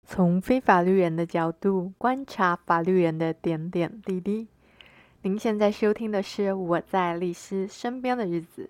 从非法律人的角度观察法律人的点点滴滴。您现在收听的是《我在律师身边的日子》。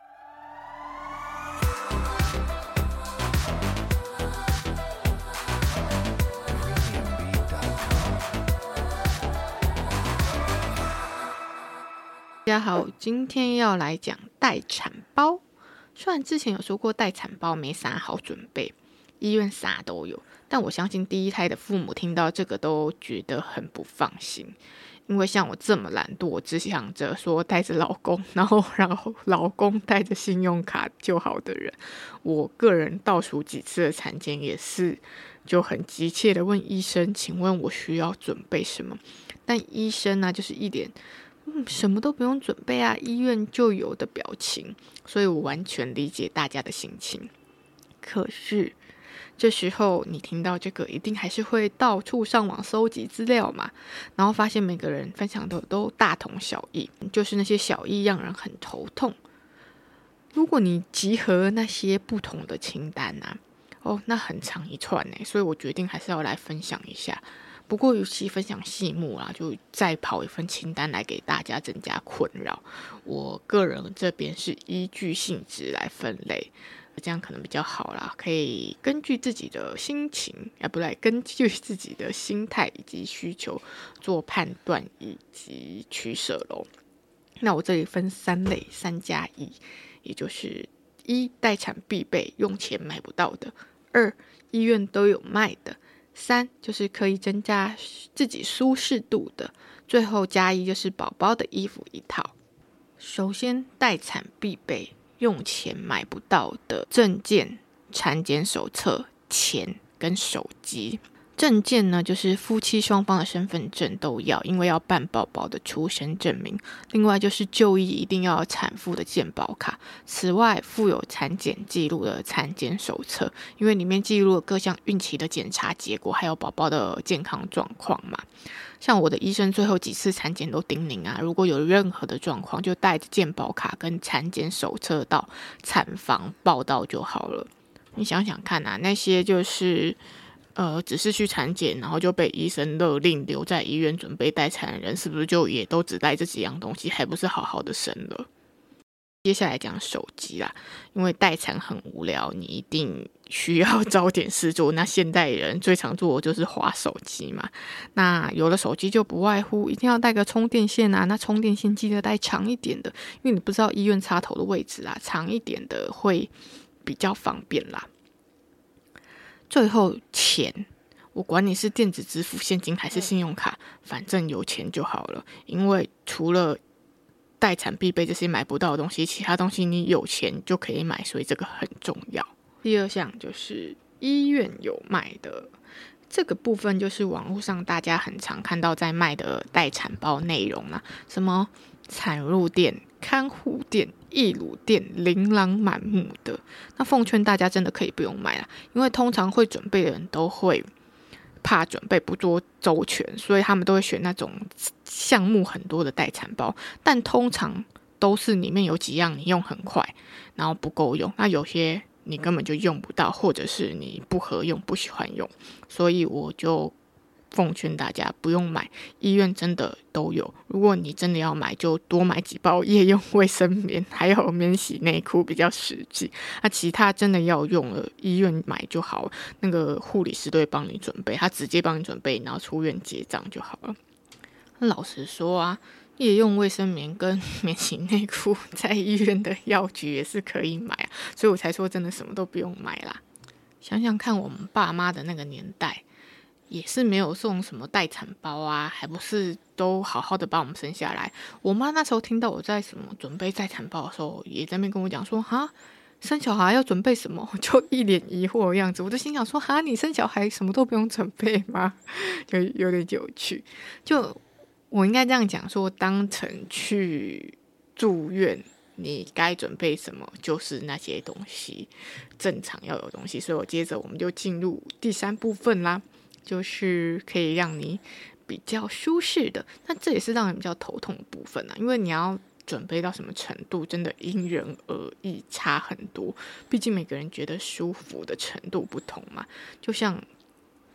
大家好，今天要来讲待产包。虽然之前有说过待产包没啥好准备，医院啥都有，但我相信第一胎的父母听到这个都觉得很不放心。因为像我这么懒惰，只想着说带着老公，然后老公带着信用卡就好的人，我个人倒数几次的产检也是就很急切的问医生，请问我需要准备什么？但医生呢，就是一脸什么都不用准备啊，医院就有的表情，所以我完全理解大家的心情。可是这时候你听到这个，一定还是会到处上网搜集资料嘛，然后发现每个人分享的都大同小异，就是那些小异让人很头痛。如果你集合那些不同的清单啊，那很长一串呢，所以我决定还是要来分享一下。不过，与其分享细目啦，就再跑一份清单来给大家增加困扰。我个人这边是依据性质来分类，这样可能比较好啦，可以根据自己的心情，根据自己的心态以及需求做判断以及取舍咯。那我这里分3类，3+1，也就是1待产必备，用钱买不到的；2医院都有卖的；3就是可以增加自己舒适度的；最后+1就是宝宝的衣服一套。首先，待产必备，用钱买不到的证件、产检手册、钱跟手机。证件呢，就是夫妻双方的身份证都要，因为要办宝宝的出生证明。另外就是就医一定要有产妇的健保卡。此外，附有产检记录的产检手册，因为里面记录了各项孕期的检查结果，还有宝宝的健康状况嘛。像我的医生最后几次产检都叮咛啊，如果有任何的状况，就带着健保卡跟产检手册到产房报到就好了。你想想看啊，那些就是只是去产检，然后就被医生勒令留在医院准备待产的人，是不是就也都只带这几样东西，还不是好好的生了？接下来讲手机啦，因为待产很无聊，你一定需要找点事做。那现代人最常做的就是滑手机嘛。那有了手机就不外乎一定要带个充电线啊，那充电线记得带长一点的，因为你不知道医院插头的位置啊，长一点的会比较方便啦。最后钱，我管你是电子支付、现金还是信用卡，反正有钱就好了。因为除了待产必备这些买不到的东西，其他东西你有钱就可以买，所以这个很重要。第二项就是医院有卖的，这个部分就是网络上大家很常看到在卖的待产包内容啦，什么产褥垫、看护垫、义乳垫，琳琅满目的。那奉劝大家真的可以不用买啦，因为通常会准备的人都会怕准备不多周全，所以他们都会选那种项目很多的待产包，但通常都是里面有几样你用很快，然后不够用，那有些你根本就用不到，或者是你不合用、不喜欢用，所以我就奉劝大家不用买，医院真的都有。如果你真的要买，就多买几包夜用卫生棉，还有免洗内裤比较实际。那其他真的要用了，医院买就好了。那个护理师都会帮你准备，他直接帮你准备，然后出院结账就好了。老实说啊，夜用卫生棉跟免洗内裤在医院的药局也是可以买啊，所以我才说真的什么都不用买啦。想想看，我们爸妈的那个年代，也是没有送什么待产包啊，还不是都好好的把我们生下来。我妈那时候听到我在什么准备待产包的时候，也在那边跟我讲说，哈，生小孩要准备什么？就一脸疑惑的样子。我就心想说，哈，你生小孩什么都不用准备吗？就有点有趣。就我应该这样讲说，当成去住院，你该准备什么就是那些东西，正常要有东西。所以我接着我们就进入第3部分啦，就是可以让你比较舒适的。那这也是让人比较头痛的部分啊，因为你要准备到什么程度，真的因人而异，差很多。毕竟每个人觉得舒服的程度不同嘛。就像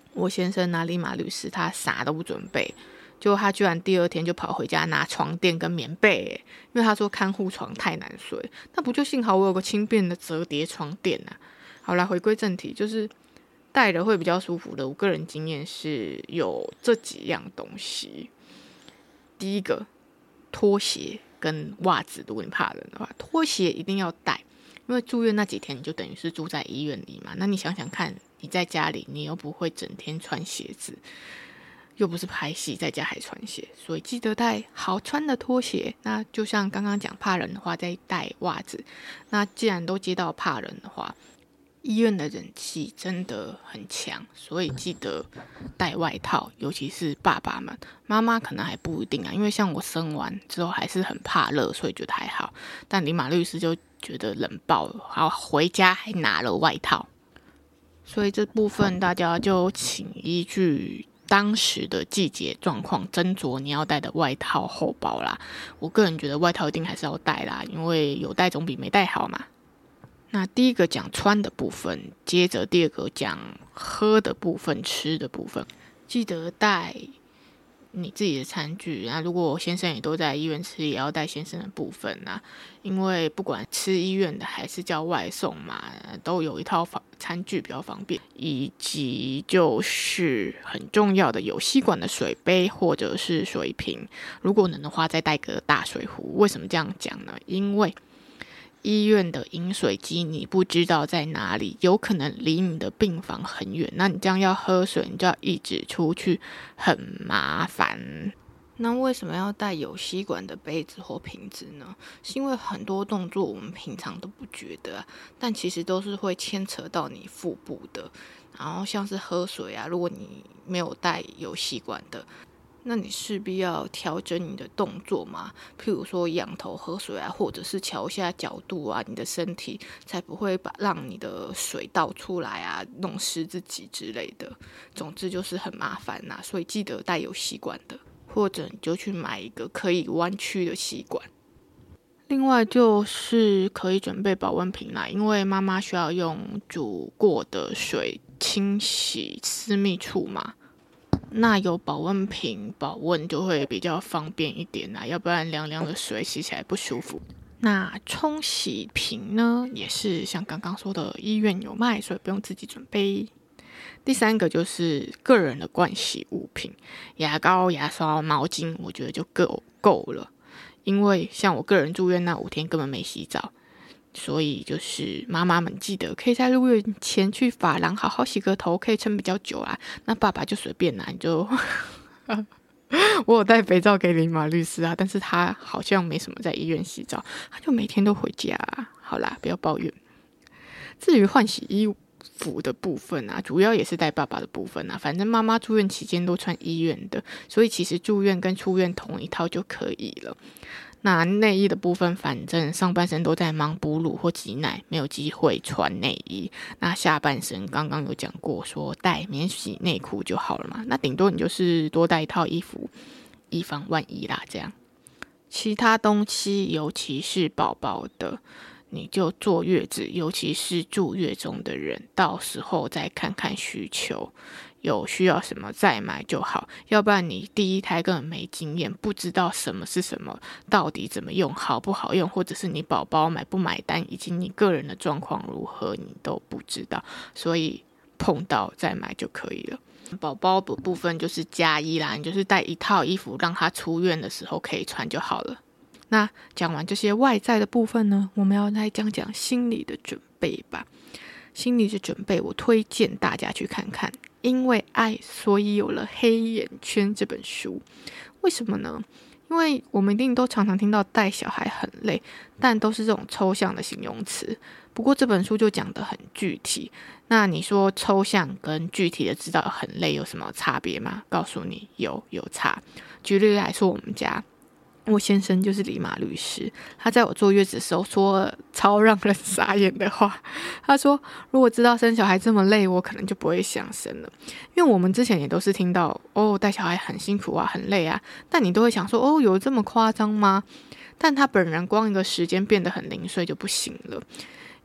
我先生李马律师他啥都不准备，就他居然第二天就跑回家拿床垫跟棉被，因为他说看护床太难睡。那不就幸好我有个轻便的折叠床垫啊。好啦，回归正题，就是带着会比较舒服的，我个人经验是有这几样东西。第一个，拖鞋跟袜子，如果你怕冷的话，拖鞋一定要带，因为住院那几天你就等于是住在医院里嘛。那你想想看，你在家里你又不会整天穿鞋子，又不是拍戏，在家还穿鞋，所以记得带好穿的拖鞋。那就像刚刚讲怕冷的话，再带袜子。那既然都接到怕冷的话，医院的冷气真的很强，所以记得带外套，尤其是爸爸们。妈妈可能还不一定啊，因为像我生完之后还是很怕热，所以觉得还好。但李马律师就觉得冷爆了，然后回家还拿了外套，所以这部分大家就请依据当时的季节状况斟酌你要带的外套厚薄啦。我个人觉得外套一定还是要带啦，因为有带总比没带好嘛。那第一个讲穿的部分，接着第二个讲喝的部分、吃的部分，记得带你自己的餐具。那如果先生也都在医院吃，也要带先生的部分啊，因为不管吃医院的还是叫外送嘛，都有一套餐具比较方便，以及就是很重要的有吸管的水杯或者是水瓶，如果能的话再带个大水壶。为什么这样讲呢？因为医院的饮水机你不知道在哪里，有可能离你的病房很远，那你这样要喝水你就要一直出去，很麻烦。那为什么要带有吸管的杯子或瓶子呢？是因为很多动作我们平常都不觉得但其实都是会牵扯到你腹部的。然后像是喝水啊，如果你没有带有吸管的，那你势必要调整你的动作嘛，譬如说仰头喝水啊，或者是调一下角度啊，你的身体才不会让你的水倒出来啊，弄湿自己之类的。总之就是很麻烦啦，所以记得带有吸管的，或者你就去买一个可以弯曲的吸管。另外就是可以准备保温瓶啦，因为妈妈需要用煮过的水清洗私密处嘛。那有保温瓶保温就会比较方便一点啦，要不然凉凉的水洗起来不舒服。那冲洗瓶呢，也是像刚刚说的医院有卖，所以不用自己准备。第三个就是个人的盥洗物品，牙膏、牙刷、毛巾，我觉得就够了。因为像我个人住院那5天根本没洗澡，所以就是妈妈们记得可以在入院前去发廊好好洗个头，可以撑比较久啦。那爸爸就随便啦，你就我有带肥皂给李马律师啊，但是他好像没什么在医院洗澡，他就每天都回家好啦，不要抱怨。至于换洗衣服的部分啊，主要也是带爸爸的部分啊，反正妈妈住院期间都穿医院的，所以其实住院跟出院同一套就可以了。那内衣的部分，反正上半身都在忙哺乳或挤奶，没有机会穿内衣。那下半身刚刚有讲过，说带免洗内裤就好了嘛。那顶多你就是多带一套衣服，以防万一啦。这样，其他东西，尤其是宝宝的，你就坐月子，尤其是住月中的人，到时候再看看需求。有需要什么再买就好，要不然你第一胎根本没经验，不知道什么是什么，到底怎么用，好不好用，或者是你宝宝买不买单，以及你个人的状况如何，你都不知道，所以碰到再买就可以了。宝宝的部分就是加一啦，你就是带一套衣服，让他出院的时候可以穿就好了。那讲完这些外在的部分呢，我们要来讲讲心理的准备吧。心理的准备，我推荐大家去看看。因为爱，所以有了黑眼圈这本书。为什么呢？因为我们一定都常常听到带小孩很累，但都是这种抽象的形容词。不过这本书就讲得很具体。那你说抽象跟具体的知道很累有什么差别吗？告诉你有差。举例来说，我先生就是李马律师，他在我坐月子的时候说了超让人傻眼的话。他说如果知道生小孩这么累，我可能就不会想生了。因为我们之前也都是听到带小孩很辛苦啊，很累啊，但你都会想说有这么夸张吗？但他本人光一个时间变得很零碎就不行了。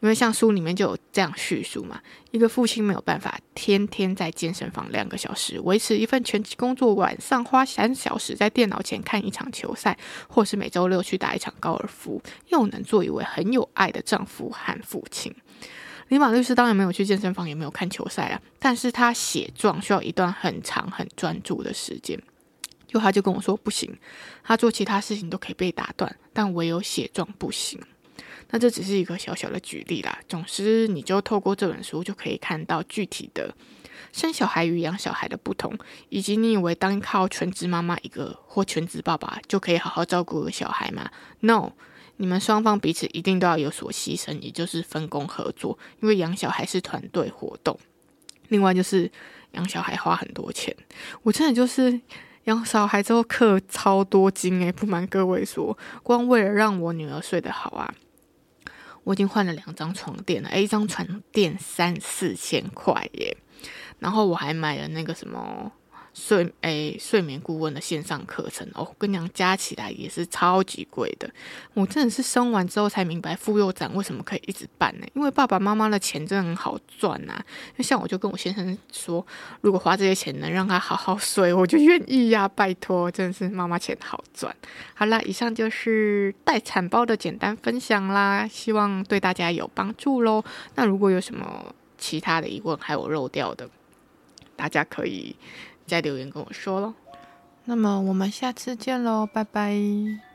因为像书里面就有这样叙述嘛，一个父亲没有办法天天在健身房2个小时维持一份全职工作，晚上花3小时在电脑前看一场球赛，或是每周6去打一场高尔夫，又能做一位很有爱的丈夫和父亲。李马律师当然没有去健身房，也没有看球赛啊，但是他写状需要一段很长很专注的时间。他就跟我说不行，他做其他事情都可以被打断，但唯有写状不行。那这只是一个小小的举例啦，总之你就透过这本书就可以看到具体的生小孩与养小孩的不同，以及你以为当靠全职妈妈一个或全职爸爸就可以好好照顾一个小孩吗？ No， 你们双方彼此一定都要有所牺牲，也就是分工合作，因为养小孩是团队活动。另外就是养小孩花很多钱，我真的就是养小孩之后氪超多金不瞒各位说，光为了让我女儿睡得好啊，我已经换了2张床垫了，一张床垫3-4千块耶，然后我还买了那个什么睡眠顾问的线上课程我跟你讲加起来也是超级贵的。我真的是生完之后才明白妇幼展为什么可以一直办呢？因为爸爸妈妈的钱真的很好赚啊。像我就跟我先生说，如果花这些钱能让他好好睡，我就愿意呀，拜托，真的是妈妈钱好赚。好啦，以上就是待产包的简单分享啦，希望对大家有帮助咯。那如果有什么其他的疑问还有漏掉的，大家可以再留言跟我说咯。那么我们下次见咯，拜拜。